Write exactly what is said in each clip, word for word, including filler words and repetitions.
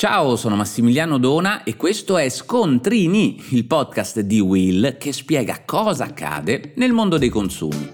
Ciao, sono Massimiliano Dona e questo è Scontrini, il podcast di Will che spiega cosa accade nel mondo dei consumi.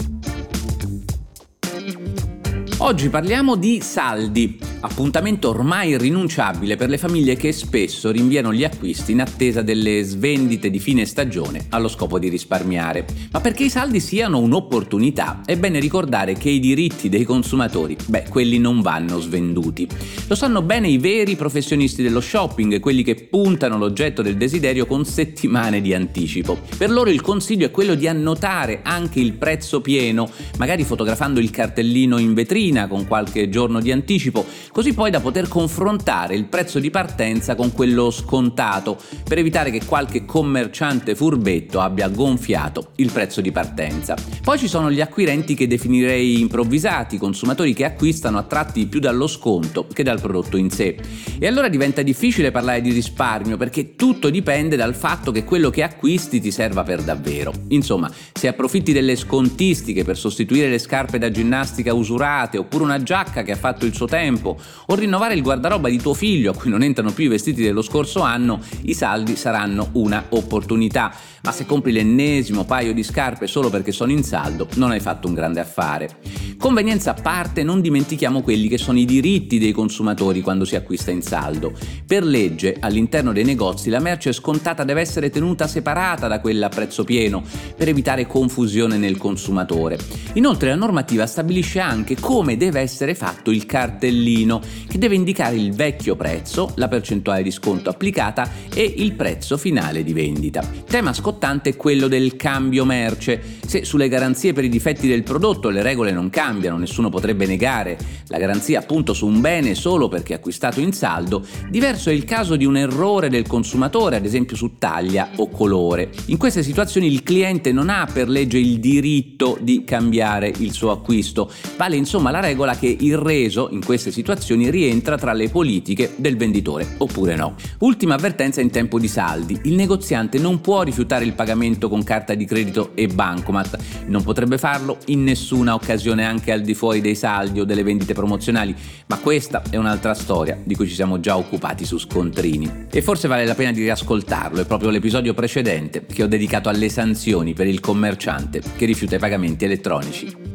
Oggi parliamo di saldi, appuntamento ormai irrinunciabile per le famiglie che spesso rinviano gli acquisti in attesa delle svendite di fine stagione allo scopo di risparmiare. Ma perché i saldi siano un'opportunità, è bene ricordare che i diritti dei consumatori, beh, quelli non vanno svenduti. Lo sanno bene i veri professionisti dello shopping, quelli che puntano l'oggetto del desiderio con settimane di anticipo. Per loro il consiglio è quello di annotare anche il prezzo pieno, magari fotografando il cartellino in vetrina con qualche giorno di anticipo, così poi da poter confrontare il prezzo di partenza con quello scontato, per evitare che qualche commerciante furbetto abbia gonfiato il prezzo di partenza. Poi ci sono gli acquirenti che definirei improvvisati, consumatori che acquistano attratti più dallo sconto che dal prodotto in sé. E allora diventa difficile parlare di risparmio, perché tutto dipende dal fatto che quello che acquisti ti serva per davvero. Insomma, se approfitti delle scontistiche per sostituire le scarpe da ginnastica usurate, oppure una giacca che ha fatto il suo tempo, o rinnovare il guardaroba di tuo figlio a cui non entrano più i vestiti dello scorso anno, i saldi saranno una opportunità. Ma se compri l'ennesimo paio di scarpe solo perché sono in saldo, non hai fatto un grande affare. Convenienza a parte, non dimentichiamo quelli che sono i diritti dei consumatori quando si acquista in saldo. Per legge, all'interno dei negozi la merce scontata deve essere tenuta separata da quella a prezzo pieno, per evitare confusione nel consumatore. Inoltre la normativa stabilisce anche come deve essere fatto il cartellino, che deve indicare il vecchio prezzo, la percentuale di sconto applicata e il prezzo finale di vendita. Tema scottante è quello del cambio merce. Se sulle garanzie per i difetti del prodotto le regole non cambiano, nessuno potrebbe negare la garanzia appunto su un bene solo perché acquistato in saldo, diverso è il caso di un errore del consumatore, ad esempio su taglia o colore. In queste situazioni il cliente non ha per legge il diritto di cambiare il suo acquisto. Vale insomma la regola che il reso in queste situazioni rientra tra le politiche del venditore, oppure no. Ultima avvertenza in tempo di saldi: il negoziante non può rifiutare il pagamento con carta di credito e bancomat, non potrebbe farlo in nessuna occasione anche al di fuori dei saldi o delle vendite promozionali, ma questa è un'altra storia di cui ci siamo già occupati su Scontrini. E forse vale la pena di riascoltarlo, è proprio l'episodio precedente che ho dedicato alle sanzioni per il commerciante che rifiuta i pagamenti elettronici.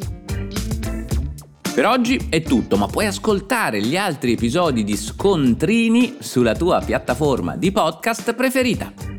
Per oggi è tutto, ma puoi ascoltare gli altri episodi di Scontrini sulla tua piattaforma di podcast preferita.